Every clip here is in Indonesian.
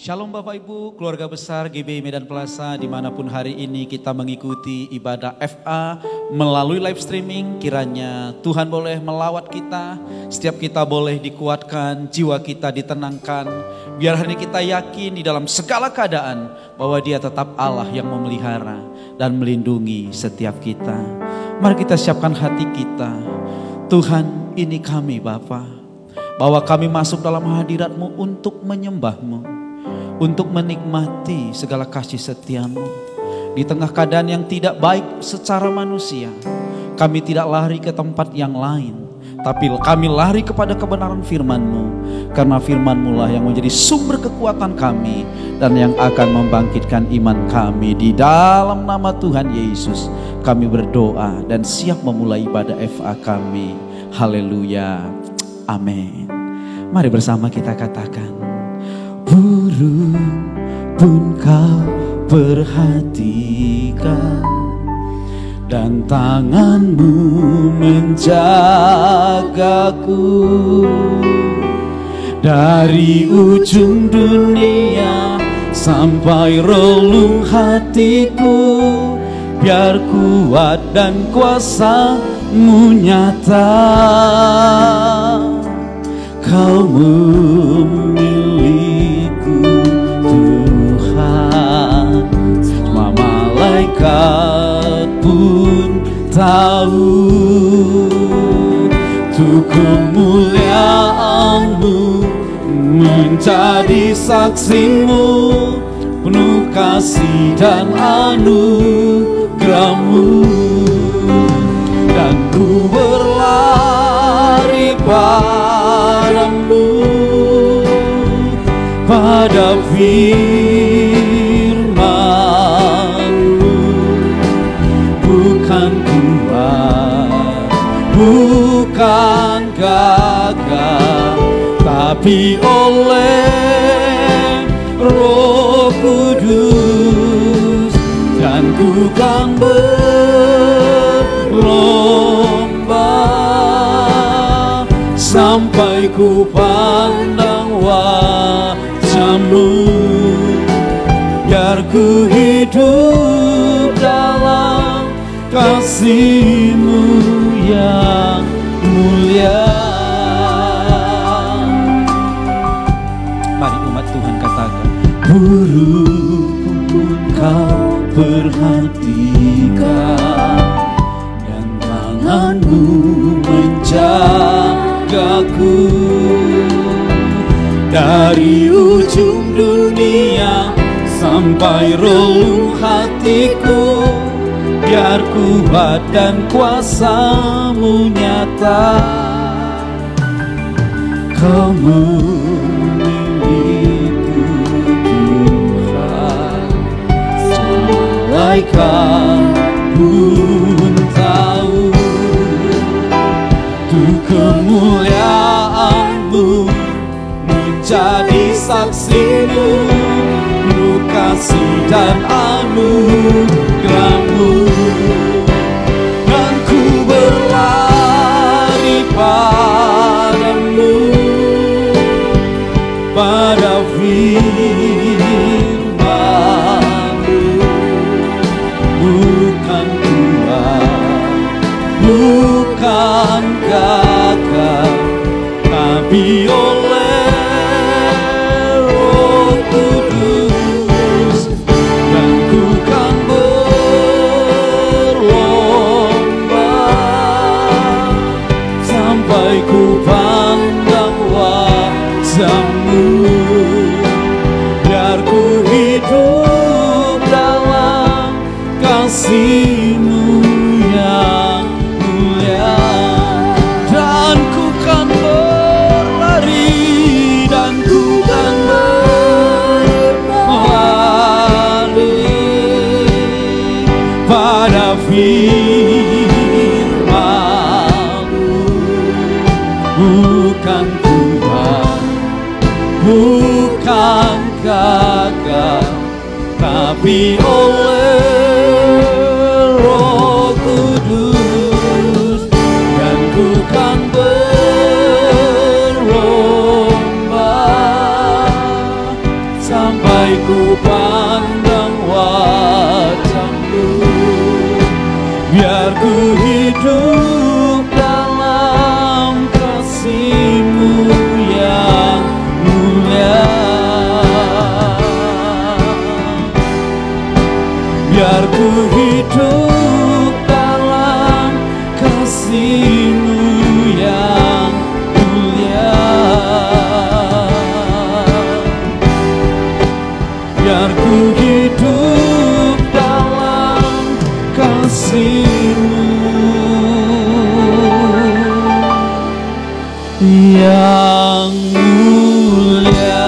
Shalom Bapak Ibu, keluarga besar GBI Medan Plaza, dimanapun hari ini kita mengikuti ibadah FA melalui live streaming. Kiranya Tuhan boleh melawat kita, setiap kita boleh dikuatkan, jiwa kita ditenangkan. Biar hari ini kita yakin di dalam segala keadaan bahwa Dia tetap Allah yang memelihara dan melindungi setiap kita. Mari kita siapkan hati kita. Tuhan, ini kami Bapa, bahwa kami masuk dalam hadirat-Mu untuk menyembah-Mu, untuk menikmati segala kasih setia-Mu. Di tengah keadaan yang tidak baik secara manusia, kami tidak lari ke tempat yang lain, tapi kami lari kepada kebenaran firman-Mu. Karena firman-Mu lah yang menjadi sumber kekuatan kami dan yang akan membangkitkan iman kami. Di dalam nama Tuhan Yesus kami berdoa dan siap memulai ibadah FA kami. Haleluya, amin. Mari bersama kita katakan, burung pun Kau perhatikan, dan tangan-Mu menjagaku. Dari ujung dunia sampai relung hatiku, biar kuat dan kuasa-Mu nyata. Kau memilihku Tuhan, semua malaikat pun tahu. Untuk kemuliaan-Mu menjadi saksi-Mu, penuh kasih dan anugerah-Mu. Dan ku berlari padamu, pada firman-Mu. Bukan kuat, bukan gagah, tapi oleh Roh Kudus. Dan ku kan berlomba sampai ku pandang wajah-Mu, biar ku hidup dalam kasih-Mu yang mulia. Mari umat Tuhan katakan, burung pun Kau perhatikan, dan tangan-Mu menjagaku. Dari ujung dunia sampai relung hatiku, biar kuat dan kuasa-Mu nyata. Kau memilihku Tuhan, malaikat pun tahu. Untuk kemuliaan-Mu menjadi saksi-Mu, penuh kasih dan anugerah-Mu. Dan ku berlari padamu, pada firman-Mu. Bukan kuat, bukan gagah, tapi oleh Roh Kudus. Dan ku kan berlomba sampai ku pandang wajah-Mu, biar ku hidup dalam kasih-Mu yang mulia. Dan ku kan berlari, dan ku kan berlari pada firman-Mu. Bukan kuat, bukan gagah, tapi oleh Roh Kudus. Dan ku kan berlomba sampai ku pandang wajah-Mu. Biar ku hidup dalam kasih-Mu yang mulia. Biar ku hidup dalam kasih-Mu yang mulia. Biar ku hidup dalam kasih-Mu yang mulia.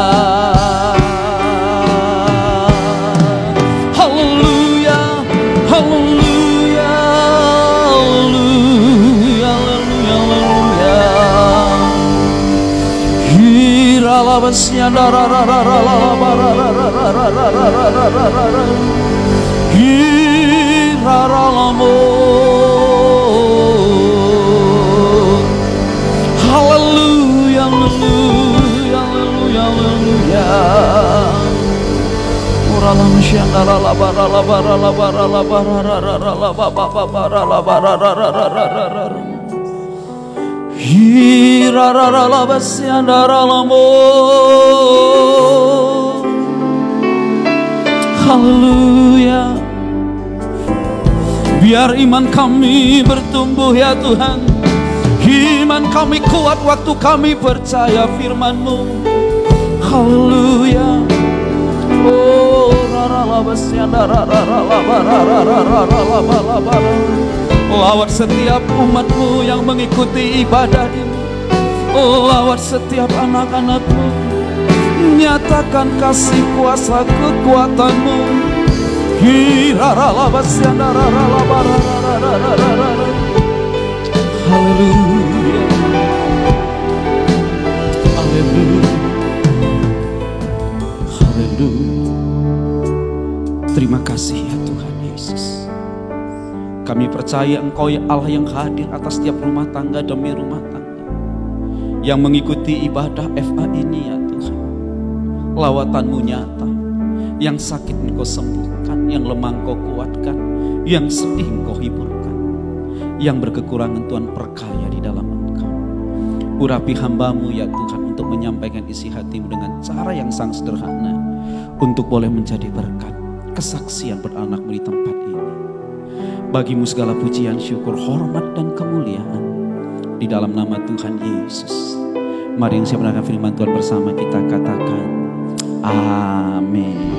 Haleluya, haleluya, haleluya, haleluya. Hiralabasnya hiraralamo. Haleluya, haleluya, haleluya, haleluya. Uralam syandara labara labara labara labara labara labara. Hiraralabasyandaralamo. Haleluya. Biar iman kami bertumbuh ya Tuhan. Iman kami kuat waktu kami percaya firman-Mu. Haleluya. Oh, lawat setiap umat-Mu yang mengikuti ibadah ini. Lawat setiap anak-anak-Mu. Nyatakan kasih kuasa kekuatan-Mu. Haleluya. Haleluya. Haleluya. Terima kasih ya Tuhan Yesus. Kami percaya Engkau ya Allah yang hadir atas setiap rumah tangga demi rumah tangga yang mengikuti ibadah FA ini ya Tuhan. Lawatan-Mu nyata. Yang sakit Engkau sembuhkan, yang lemah Engkau kuatkan, yang sedih Engkau hiburkan, yang berkekurangan Tuhan perkaya di dalam Engkau. Urapi hamba-Mu ya Tuhan untuk menyampaikan isi hati-Mu dengan cara yang sangat sederhana, untuk boleh menjadi berkat, kesaksian beranak-Mu di tempat ini. Bagi-Mu segala pujian, syukur, hormat dan kemuliaan di dalam nama Tuhan Yesus. Mari yang siap mendengarkan firman Tuhan bersama kita katakan amin.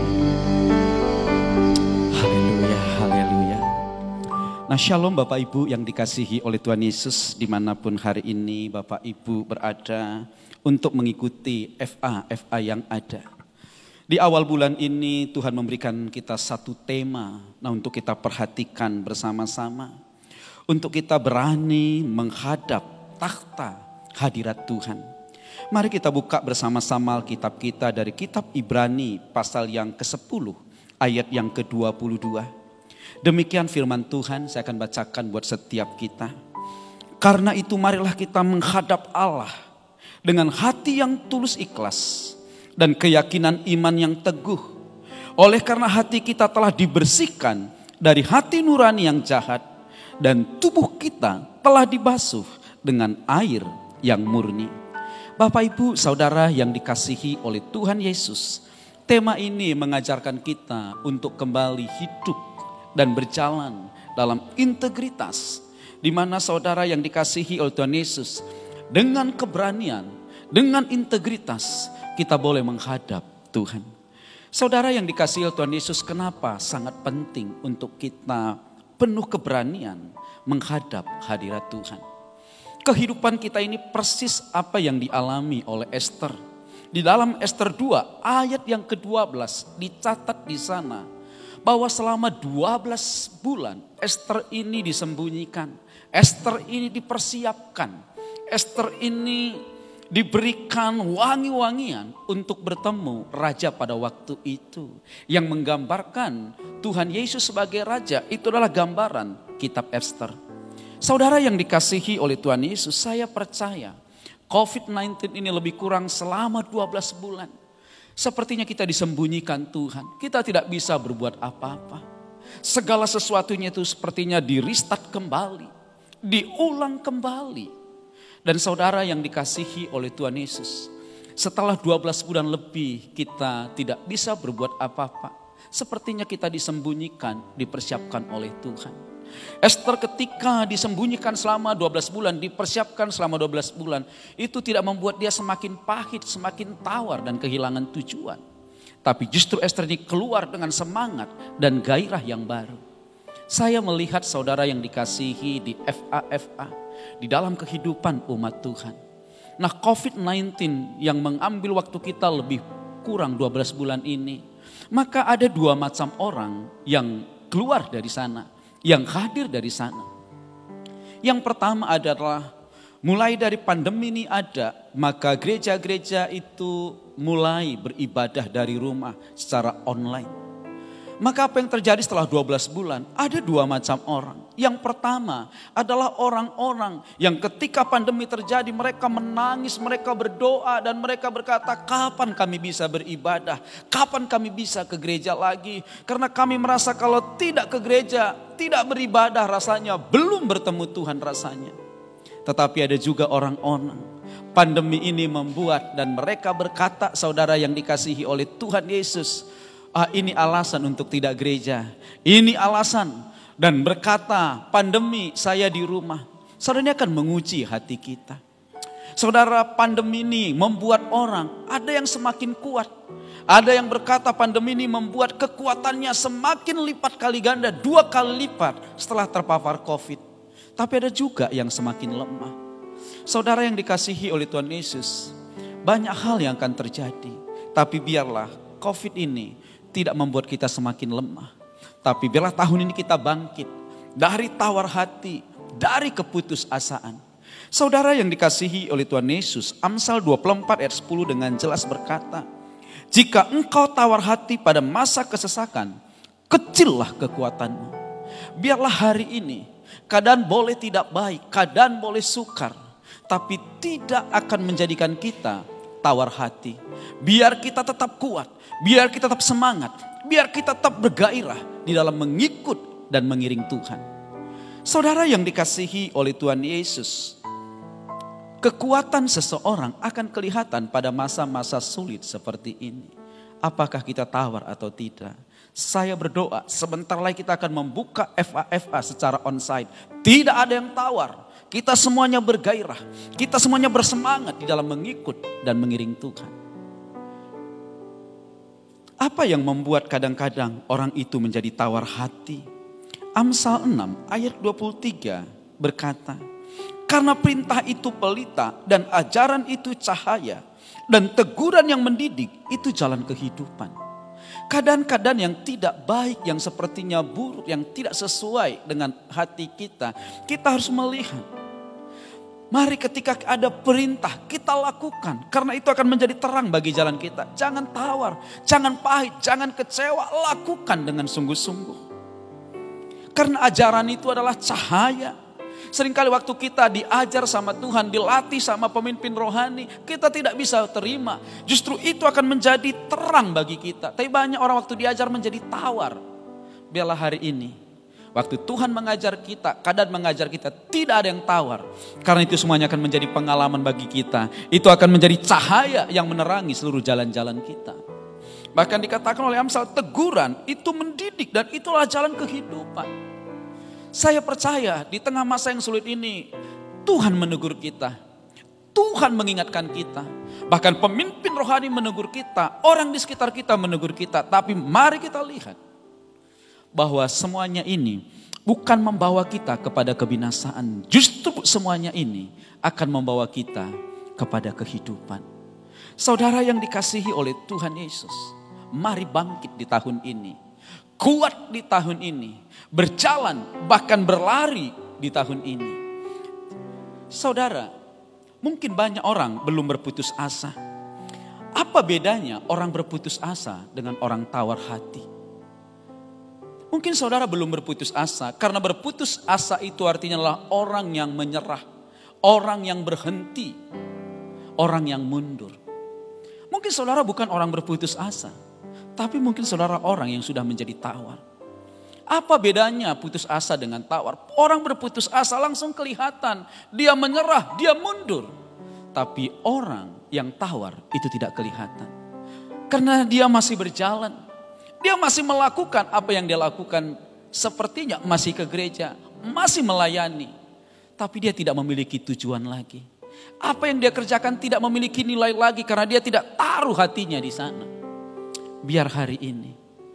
Haleluya, haleluya. Nah, shalom Bapak Ibu yang dikasihi oleh Tuhan Yesus, dimanapun hari ini Bapak Ibu berada untuk mengikuti FA yang ada. Di awal bulan ini Tuhan memberikan kita satu tema, nah untuk kita perhatikan bersama-sama. Untuk kita berani menghadap takhta hadirat Tuhan. Mari kita buka bersama-sama Alkitab kita dari kitab Ibrani pasal yang ke-10 ayat yang ke-22. Demikian firman Tuhan, saya akan bacakan buat setiap kita. Karena itu marilah kita menghadap Allah dengan hati yang tulus ikhlas dan keyakinan iman yang teguh. Oleh karena hati kita telah dibersihkan dari hati nurani yang jahat dan tubuh kita telah dibasuh dengan air yang murni. Bapak Ibu Saudara yang dikasihi oleh Tuhan Yesus, tema ini mengajarkan kita untuk kembali hidup dan berjalan dalam integritas, di mana saudara yang dikasihi oleh Tuhan Yesus, dengan keberanian, dengan integritas kita boleh menghadap Tuhan. Saudara yang dikasihi oleh Tuhan Yesus, kenapa sangat penting untuk kita penuh keberanian menghadap hadirat Tuhan? Kehidupan kita ini persis apa yang dialami oleh Esther. Di dalam Esther 2 ayat yang ke-12 dicatat di sana bahwa selama 12 bulan Esther ini disembunyikan. Esther ini dipersiapkan. Esther ini diberikan wangi-wangian untuk bertemu raja pada waktu itu. Yang menggambarkan Tuhan Yesus sebagai raja, itu adalah gambaran kitab Esther. Saudara yang dikasihi oleh Tuhan Yesus, saya percaya COVID-19 ini lebih kurang selama 12 bulan. Sepertinya kita disembunyikan Tuhan. Kita tidak bisa berbuat apa-apa. Segala sesuatunya itu sepertinya di-restart kembali. Diulang kembali. Dan saudara yang dikasihi oleh Tuhan Yesus, setelah 12 bulan lebih kita tidak bisa berbuat apa-apa. Sepertinya kita disembunyikan, dipersiapkan oleh Tuhan. Esther ketika disembunyikan selama 12 bulan, dipersiapkan selama 12 bulan, itu tidak membuat dia semakin pahit, semakin tawar dan kehilangan tujuan. Tapi justru Esther ini keluar dengan semangat dan gairah yang baru. Saya melihat saudara yang dikasihi di FA, di dalam kehidupan umat Tuhan. Nah, COVID-19 yang mengambil waktu kita lebih kurang 12 bulan ini, maka ada dua macam orang yang keluar dari sana, yang hadir dari sana. Yang pertama adalah mulai dari pandemi ini ada, maka gereja-gereja itu mulai beribadah dari rumah secara online. Maka apa yang terjadi setelah 12 bulan? Ada dua macam orang. Yang pertama adalah orang-orang yang ketika pandemi terjadi mereka menangis, mereka berdoa dan mereka berkata, kapan kami bisa beribadah? Kapan kami bisa ke gereja lagi? Karena kami merasa kalau tidak ke gereja, tidak beribadah rasanya, belum bertemu Tuhan rasanya. Tetapi ada juga orang-orang, pandemi ini membuat dan mereka berkata, saudara yang dikasihi oleh Tuhan Yesus, ini alasan untuk tidak gereja. Ini alasan. Dan berkata, pandemi saya di rumah. Saudara, ini akan menguji hati kita. Saudara, pandemi ini membuat orang, ada yang semakin kuat. Ada yang berkata pandemi ini membuat kekuatannya semakin lipat kali ganda, 2 kali lipat setelah terpapar COVID. Tapi ada juga yang semakin lemah. Saudara yang dikasihi oleh Tuhan Yesus, banyak hal yang akan terjadi. Tapi biarlah COVID ini tidak membuat kita semakin lemah. Tapi biarlah tahun ini kita bangkit dari tawar hati, dari keputusasaan. Saudara yang dikasihi oleh Tuhan Yesus, Amsal 24 ayat 10 dengan jelas berkata, jika engkau tawar hati pada masa kesesakan, kecillah kekuatanmu. Biarlah hari ini, keadaan boleh tidak baik, keadaan boleh sukar, tapi tidak akan menjadikan kita tawar hati. Biar kita tetap kuat, biar kita tetap semangat, biar kita tetap bergairah di dalam mengikut dan mengiring Tuhan. Saudara yang dikasihi oleh Tuhan Yesus, kekuatan seseorang akan kelihatan pada masa-masa sulit seperti ini. Apakah kita tawar atau tidak? Saya berdoa sebentar lagi kita akan membuka FA secara onsite. Tidak ada yang tawar. Kita semuanya bergairah. Kita semuanya bersemangat di dalam mengikut dan mengiring Tuhan. Apa yang membuat kadang-kadang orang itu menjadi tawar hati? Amsal 6 ayat 23 berkata, karena perintah itu pelita dan ajaran itu cahaya dan teguran yang mendidik itu jalan kehidupan. Keadaan-keadaan yang tidak baik, yang sepertinya buruk, yang tidak sesuai dengan hati kita, kita harus melihat. Mari ketika ada perintah kita lakukan, karena itu akan menjadi terang bagi jalan kita. Jangan tawar, jangan pahit, jangan kecewa, lakukan dengan sungguh-sungguh. Karena ajaran itu adalah cahaya. Seringkali waktu kita diajar sama Tuhan, dilatih sama pemimpin rohani, kita tidak bisa terima. Justru itu akan menjadi terang bagi kita. Tapi banyak orang waktu diajar menjadi tawar. Biarlah hari ini, waktu Tuhan mengajar kita, keadaan mengajar kita, tidak ada yang tawar. Karena itu semuanya akan menjadi pengalaman bagi kita. Itu akan menjadi cahaya yang menerangi seluruh jalan-jalan kita. Bahkan dikatakan oleh Amsal, teguran itu mendidik dan itulah jalan kehidupan. Saya percaya di tengah masa yang sulit ini, Tuhan menegur kita. Tuhan mengingatkan kita. Bahkan pemimpin rohani menegur kita. Orang di sekitar kita menegur kita. Tapi mari kita lihat bahwa semuanya ini bukan membawa kita kepada kebinasaan. Justru semuanya ini akan membawa kita kepada kehidupan. Saudara yang dikasihi oleh Tuhan Yesus, mari bangkit di tahun ini. Kuat di tahun ini, berjalan bahkan berlari di tahun ini. Saudara, mungkin banyak orang belum berputus asa. Apa bedanya orang berputus asa dengan orang tawar hati? Mungkin saudara belum berputus asa, karena berputus asa itu artinya adalah orang yang menyerah, orang yang berhenti, orang yang mundur. Mungkin saudara bukan orang berputus asa, tapi mungkin saudara orang yang sudah menjadi tawar. Apa bedanya putus asa dengan tawar? Orang berputus asa langsung kelihatan, dia menyerah, dia mundur. Tapi orang yang tawar itu tidak kelihatan. Karena dia masih berjalan, dia masih melakukan apa yang dia lakukan, sepertinya masih ke gereja, masih melayani. Tapi dia tidak memiliki tujuan lagi. Apa yang dia kerjakan tidak memiliki nilai lagi karena dia tidak taruh hatinya di sana. Biar hari ini,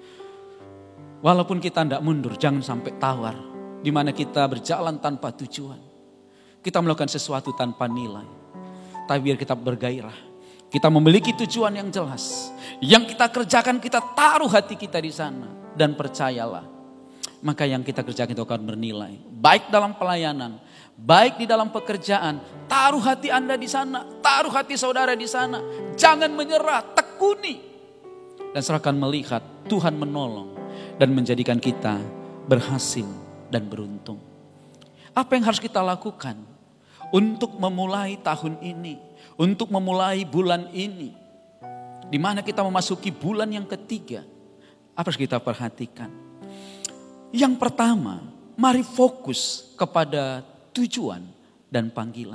walaupun kita tidak mundur, jangan sampai tawar. Di mana kita berjalan tanpa tujuan. Kita melakukan sesuatu tanpa nilai. Tapi biar kita bergairah. Kita memiliki tujuan yang jelas. Yang kita kerjakan, kita taruh hati kita di sana. Dan percayalah, maka yang kita kerjakan itu akan bernilai. Baik dalam pelayanan, baik di dalam pekerjaan. Taruh hati Anda di sana, taruh hati saudara di sana. Jangan menyerah, tekuni. Dan serahkan melihat Tuhan menolong dan menjadikan kita berhasil dan beruntung. Apa yang harus kita lakukan untuk memulai tahun ini, untuk memulai bulan ini, di mana kita memasuki bulan yang ketiga? Apa harus kita perhatikan? Yang pertama, mari fokus kepada tujuan dan panggilan.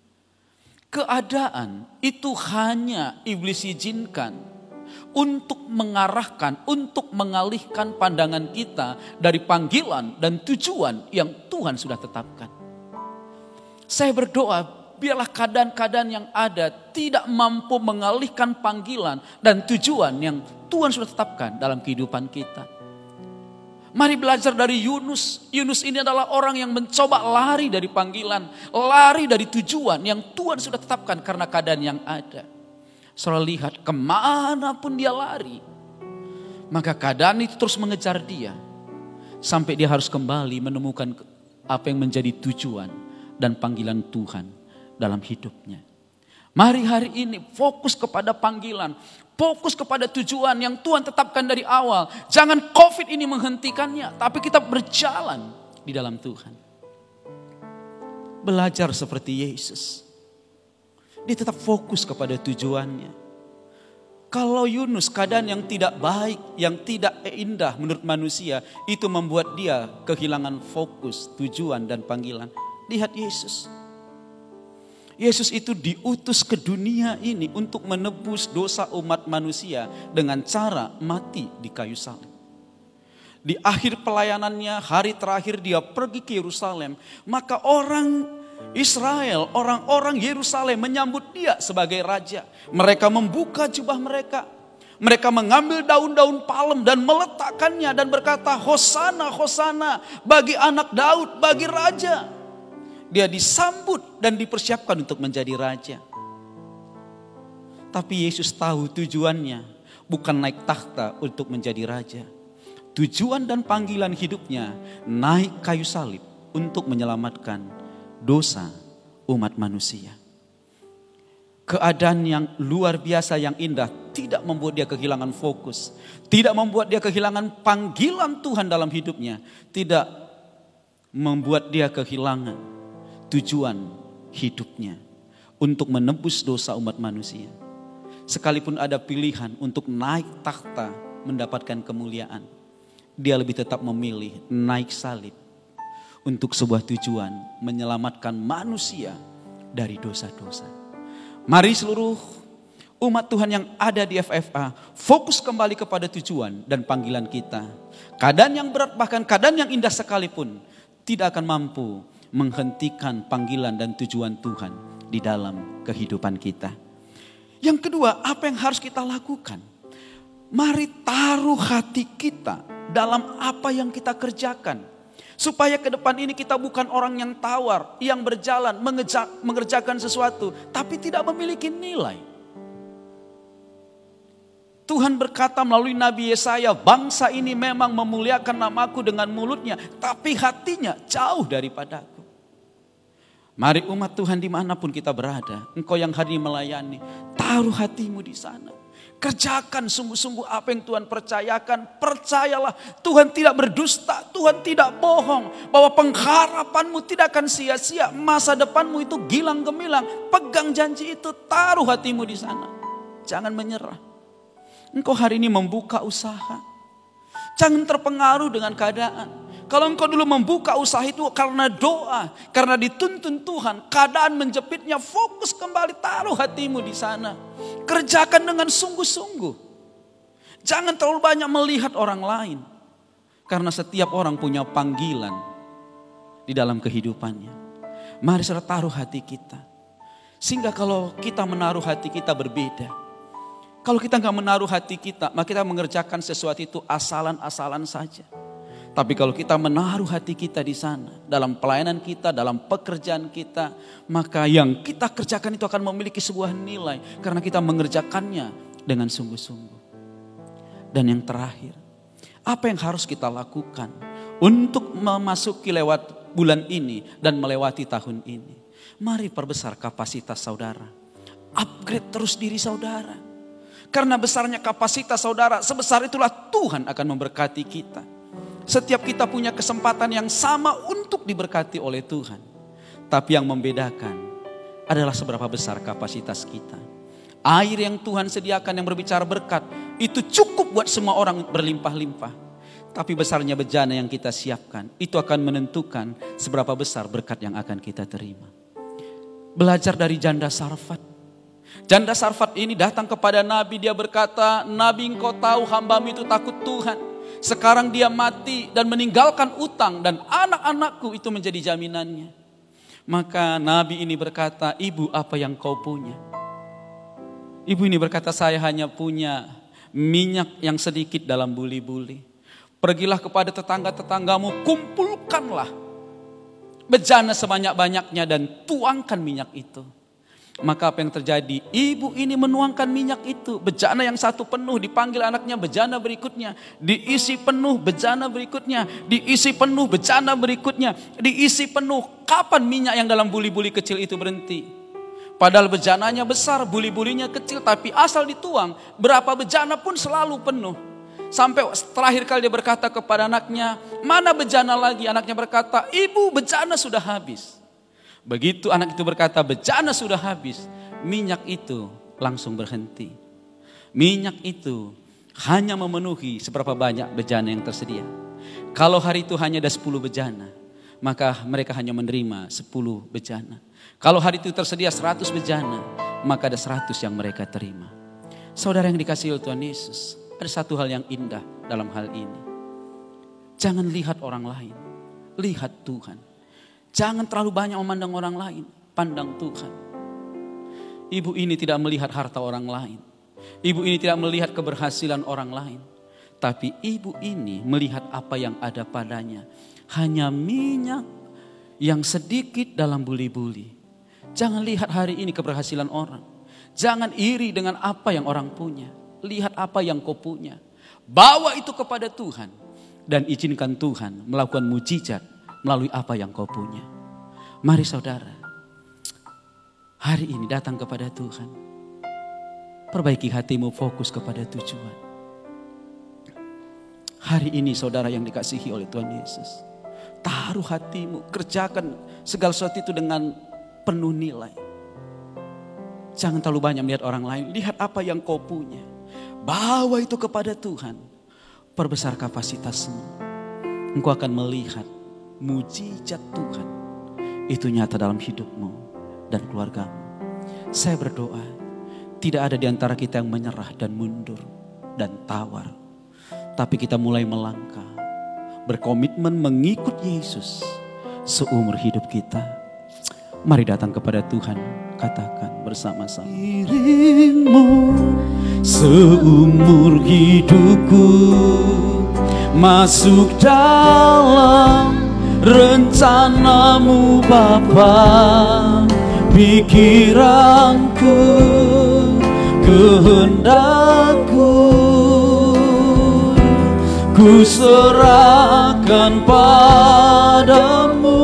Keadaan itu hanya iblis izinkan untuk mengarahkan, untuk mengalihkan pandangan kita dari panggilan dan tujuan yang Tuhan sudah tetapkan. Saya berdoa, biarlah keadaan-keadaan yang ada tidak mampu mengalihkan panggilan dan tujuan yang Tuhan sudah tetapkan dalam kehidupan kita. Mari belajar dari Yunus. Yunus ini adalah orang yang mencoba lari dari panggilan, lari dari tujuan yang Tuhan sudah tetapkan karena keadaan yang ada. Saudara lihat kemanapun dia lari, maka keadaan itu terus mengejar dia. Sampai dia harus kembali menemukan apa yang menjadi tujuan dan panggilan Tuhan dalam hidupnya. Mari hari ini fokus kepada panggilan. Fokus kepada tujuan yang Tuhan tetapkan dari awal. Jangan COVID ini menghentikannya, tapi kita berjalan di dalam Tuhan. Belajar seperti Yesus. Dia tetap fokus kepada tujuannya. Kalau Yunus keadaan yang tidak baik, yang tidak indah menurut manusia, itu membuat dia kehilangan fokus, tujuan dan panggilan. Lihat Yesus. Yesus itu diutus ke dunia ini untuk menebus dosa umat manusia dengan cara mati di kayu salib. Di akhir pelayanannya, hari terakhir dia pergi ke Yerusalem, maka orang Israel, orang-orang Yerusalem menyambut dia sebagai raja. Mereka membuka jubah mereka. Mereka mengambil daun-daun palem dan meletakkannya dan berkata, Hosana, Hosana bagi anak Daud, bagi raja. Dia disambut dan dipersiapkan untuk menjadi raja. Tapi Yesus tahu tujuannya bukan naik takhta untuk menjadi raja. Tujuan dan panggilan hidupnya naik kayu salib untuk menyelamatkan dosa umat manusia. Keadaan yang luar biasa yang indah tidak membuat dia kehilangan fokus. Tidak membuat dia kehilangan panggilan Tuhan dalam hidupnya. Tidak membuat dia kehilangan tujuan hidupnya untuk menebus dosa umat manusia. Sekalipun ada pilihan untuk naik takhta mendapatkan kemuliaan, dia lebih tetap memilih naik salib untuk sebuah tujuan menyelamatkan manusia dari dosa-dosa. Mari seluruh umat Tuhan yang ada di FFA fokus kembali kepada tujuan dan panggilan kita. Keadaan yang berat bahkan keadaan yang indah sekalipun tidak akan mampu menghentikan panggilan dan tujuan Tuhan di dalam kehidupan kita. Yang kedua, apa yang harus kita lakukan? Mari taruh hati kita dalam apa yang kita kerjakan. Supaya ke depan ini kita bukan orang yang tawar, yang berjalan, mengerjakan sesuatu, tapi tidak memiliki nilai. Tuhan berkata melalui Nabi Yesaya, bangsa ini memang memuliakan namaku dengan mulutnya, tapi hatinya jauh daripadaku. Mari umat Tuhan dimanapun kita berada, engkau yang hari ini melayani, taruh hatimu di sana. Kerjakan sungguh-sungguh apa yang Tuhan percayakan. Percayalah Tuhan tidak berdusta, Tuhan tidak bohong. Bahwa pengharapanmu tidak akan sia-sia, masa depanmu itu gilang gemilang. Pegang janji itu, taruh hatimu di sana. Jangan menyerah. Engkau hari ini membuka usaha. Jangan terpengaruh dengan keadaan. Kalau engkau dulu membuka usaha itu karena doa, karena dituntun Tuhan, keadaan menjepitnya, fokus kembali, taruh hatimu di sana. Kerjakan dengan sungguh-sungguh. Jangan terlalu banyak melihat orang lain. Karena setiap orang punya panggilan di dalam kehidupannya. Mari saudara taruh hati kita. Sehingga kalau kita menaruh hati kita berbeda. Kalau kita nggak menaruh hati kita, maka kita mengerjakan sesuatu itu asalan-asalan saja. Tapi kalau kita menaruh hati kita di sana, dalam pelayanan kita, dalam pekerjaan kita, maka yang kita kerjakan itu akan memiliki sebuah nilai. Karena kita mengerjakannya dengan sungguh-sungguh. Dan yang terakhir, apa yang harus kita lakukan untuk memasuki lewat bulan ini dan melewati tahun ini? Mari perbesar kapasitas saudara. Upgrade terus diri saudara. Karena besarnya kapasitas saudara, sebesar itulah Tuhan akan memberkati kita. Setiap kita punya kesempatan yang sama untuk diberkati oleh Tuhan. Tapi yang membedakan adalah seberapa besar kapasitas kita. Air yang Tuhan sediakan yang berbicara berkat, itu cukup buat semua orang berlimpah-limpah. Tapi besarnya bejana yang kita siapkan, itu akan menentukan seberapa besar berkat yang akan kita terima. Belajar dari janda Sarfat. Janda Sarfat ini datang kepada Nabi, dia berkata, Nabi engkau tahu hambamu itu takut Tuhan. Sekarang dia mati dan meninggalkan utang dan anak-anakku itu menjadi jaminannya. Maka Nabi ini berkata, ibu apa yang kau punya? Ibu ini berkata, saya hanya punya minyak yang sedikit dalam buli-buli. Pergilah kepada tetangga-tetanggamu, kumpulkanlah bejana sebanyak-banyaknya dan tuangkan minyak itu. Maka apa yang terjadi? Ibu ini menuangkan minyak itu. Bejana yang satu penuh, dipanggil anaknya, bejana berikutnya. Diisi penuh, bejana berikutnya. Diisi penuh, bejana berikutnya. Diisi penuh. Kapan minyak yang dalam buli-buli kecil itu berhenti? Padahal bejananya besar, buli-bulinya kecil. Tapi asal dituang, berapa bejana pun selalu penuh. Sampai terakhir kali dia berkata kepada anaknya, mana bejana lagi? Anaknya berkata, ibu bejana sudah habis. Begitu anak itu berkata bejana sudah habis, minyak itu langsung berhenti. Minyak itu hanya memenuhi seberapa banyak bejana yang tersedia. Kalau hari itu hanya ada 10 bejana, maka mereka hanya menerima 10 bejana. Kalau hari itu tersedia 100 bejana, maka ada 100 yang mereka terima. Saudara yang dikasihi oleh Tuhan Yesus, ada satu hal yang indah dalam hal ini. Jangan lihat orang lain, lihat Tuhan. Jangan terlalu banyak memandang orang lain, pandang Tuhan. Ibu ini tidak melihat harta orang lain. Ibu ini tidak melihat keberhasilan orang lain. Tapi ibu ini melihat apa yang ada padanya. Hanya minyak yang sedikit dalam buli-buli. Jangan lihat hari ini keberhasilan orang. Jangan iri dengan apa yang orang punya. Lihat apa yang kau punya. Bawa itu kepada Tuhan. Dan izinkan Tuhan melakukan mujizat melalui apa yang kau punya. Mari saudara, hari ini datang kepada Tuhan. Perbaiki hatimu, fokus kepada tujuan. Hari ini saudara yang dikasihi oleh Tuhan Yesus, taruh hatimu, kerjakan segala sesuatu itu dengan penuh nilai. Jangan terlalu banyak melihat orang lain, lihat apa yang kau punya. Bawa itu kepada Tuhan. Perbesar kapasitasmu. Engkau akan melihat mujizat Tuhan itu nyata dalam hidupmu dan keluargamu. Saya berdoa, tidak ada di antara kita yang menyerah dan mundur dan tawar. Tapi kita mulai melangkah, berkomitmen mengikut Yesus seumur hidup kita. Mari datang kepada Tuhan, katakan bersama-sama. Dirimu seumur hidupku masuk dalam rencanamu Bapa. Pikiranku, kehendakku, ku serahkan padamu.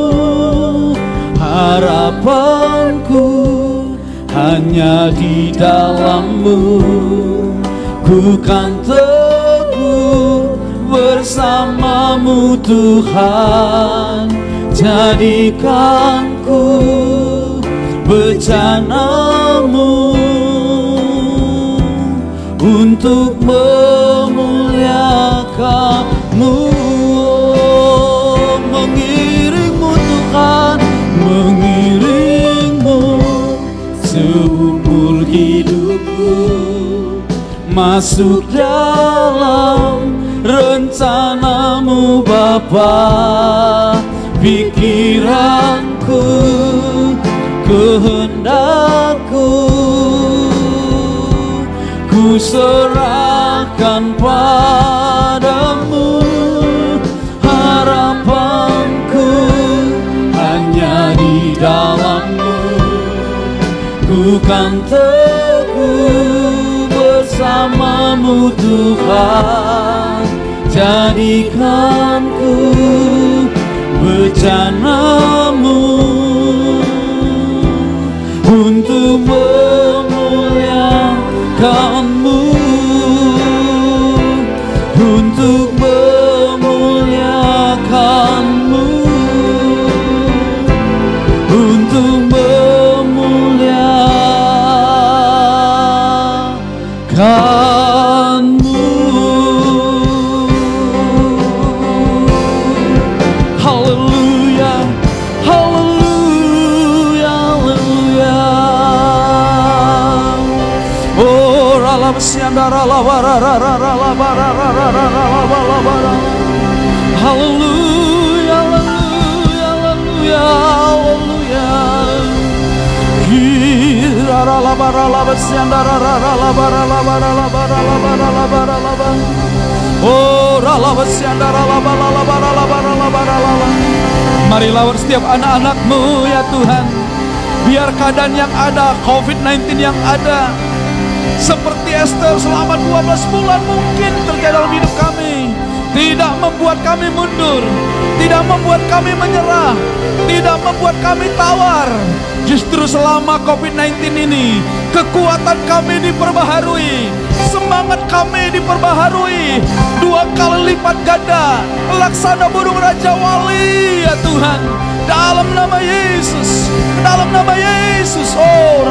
Harapanku hanya di dalam-Mu. Ku kan teguh bersama-Mu Tuhan. Jadikanku bejana-Mu. untuk memuliakan-Mu, mengiring-Mu Tuhan, mengiring-Mu seumur hidupku, masuk dalam rencana-Mu Bapa. Pikiranku, kehendakku, ku serahkan padamu. Harapanku hanya di dalam-Mu, ku kan teguh bersama-Mu Tuhan. Jadikanku bejana-Mu untuk memuliakan-Mu, untuk memuliakan-Mu, untuk memuliakan-Mu. Haleluya, haleluya, haleluya. Oh, rala besiandara la bara rara rala bara rara rara bara bara. Haleluya, haleluya, haleluya, haleluya. Kira rala bara la besiandara rara la bara la bara la bara la bara la bara la bara. Oh, rala besiandara la bara la bara la bara la bara la bara. Mari lawan setiap anak-anak-Mu ya Tuhan. Biar keadaan yang ada, COVID-19 yang ada, seperti Esther selama 12 bulan mungkin terjadi dalam hidup kami, tidak membuat kami mundur, tidak membuat kami menyerah, tidak membuat kami tawar. Justru selama COVID-19 ini, kekuatan kami diperbaharui, semangat kami diperbaharui 2 kali lipat ganda, laksana burung Raja Wali ya Tuhan. Dalam nama Yesus, dalam nama Yesus. Oh,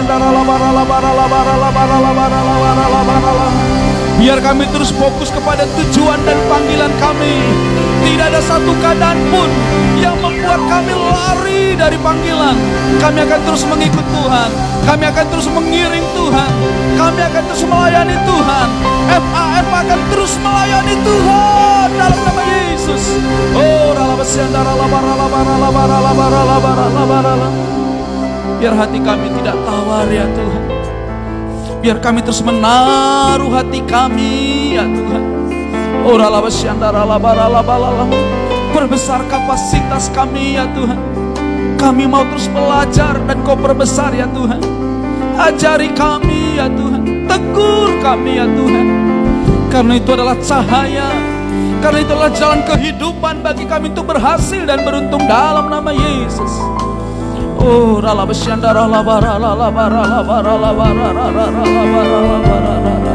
biar kami terus fokus kepada tujuan dan panggilan kami. Tidak ada satu keadaan pun yang membuat kami lari dari panggilan. Kami akan terus mengikut Tuhan, kami akan terus mengiring Tuhan, kami akan terus melayani Tuhan. FA akan terus melayani Tuhan dalam nama Yesus. Oh, biar hati kami tidak tawar ya Tuhan. Biar kami terus menaruh hati kami ya Tuhan. Oh, perbesar kapasitas kami ya Tuhan. Kami mau terus belajar dan Kau perbesar ya Tuhan. Ajari kami ya Tuhan, tegur kami ya Tuhan. Karena itu adalah cahaya, karena itu adalah jalan kehidupan bagi kami untuk berhasil dan beruntung dalam nama Yesus. Oh, rala besyandara la bara la bara la bara la bara la bara la bara.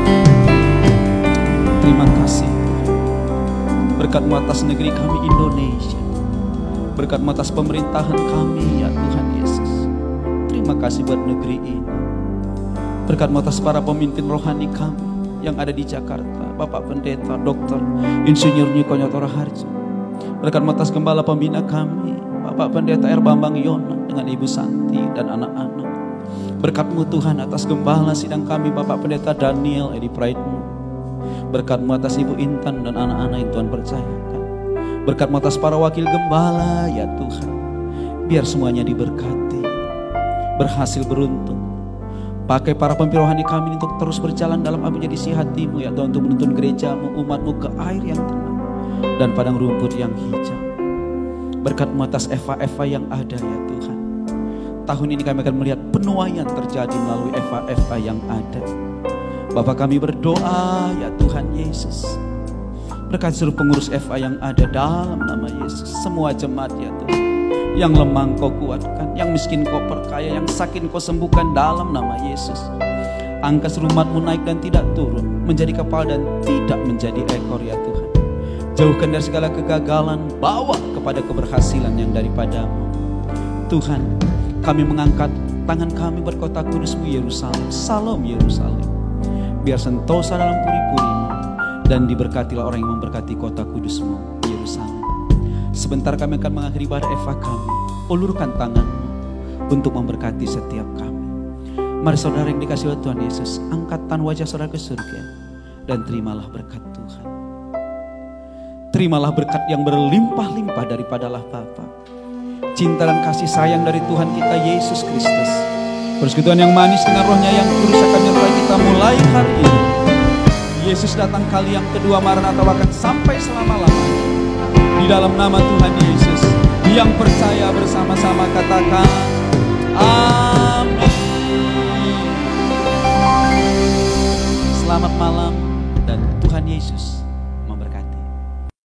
Terima kasih berkat-Mu atas negeri kami Indonesia, berkat-Mu atas pemerintahan kami ya Tuhan Yesus. Terima kasih buat negeri ini, berkat-Mu atas para pemimpin rohani kami yang ada di Jakarta, Bapak Pendeta, Dokter, Insinyur Niko Nyotora Harjo. Berkat-Mu atas gembala pembina kami, Bapak Pendeta R. Bambang Yona dengan Ibu Santi dan anak-anak. Berkat-Mu Tuhan atas gembala sidang kami, Bapak Pendeta Daniel Edi Praitno. Berkat-Mu atas Ibu Intan dan anak-anak yang Tuhan percayakan. Berkat-Mu atas para wakil gembala ya Tuhan. Biar semuanya diberkati, berhasil beruntung. Pakai para pemimpin rohani kami untuk terus berjalan dalam apa yang diisi hati-Mu ya Tuhan, untuk menuntun gereja-Mu, umat-Mu ke air yang tenang dan padang rumput yang hijau. Berkat-Mu atas Eva-Eva yang ada ya Tuhan. Tahun ini kami akan melihat penuaian terjadi melalui Eva-Eva yang ada. Bapa kami berdoa ya Tuhan Yesus, berkat seluruh pengurus Eva yang ada dalam nama Yesus. Semua jemaat ya Tuhan, yang lemah Kau kuatkan, yang miskin Kau perkaya, yang sakit Kau sembuhkan dalam nama Yesus. Angka seluruh umat-Mu naik dan tidak turun, menjadi kepala dan tidak menjadi ekor ya Tuhan. Jauhkan dari segala kegagalan, bawa kepada keberhasilan yang daripada-Mu. Tuhan, kami mengangkat tangan kami buat kota kudus-Mu Yerusalem. Salam Yerusalem. Biar sentosa dalam puri-puri-Mu, dan diberkatilah orang yang memberkati kota kudus-Mu, Yerusalem. Sebentar kami akan mengakhiri ibadah Eva kami. Ulurkan tangan-Mu untuk memberkati setiap kami. Mari saudara yang dikasihi oleh Tuhan Yesus, angkatkan wajah saudara ke surga dan terimalah berkat Tuhan. Terimalah berkat yang berlimpah-limpah daripada Allah Bapa, cinta dan kasih sayang dari Tuhan kita Yesus Kristus, persekutuan yang manis dengan Rohnya yang kudus akan menyertai kita mulai hari ini. Yesus datang kali yang kedua, Maranatha, akan sampai selama-lamanya. Di dalam nama Tuhan Yesus, yang percaya bersama-sama katakan amin. Selamat malam dan Tuhan Yesus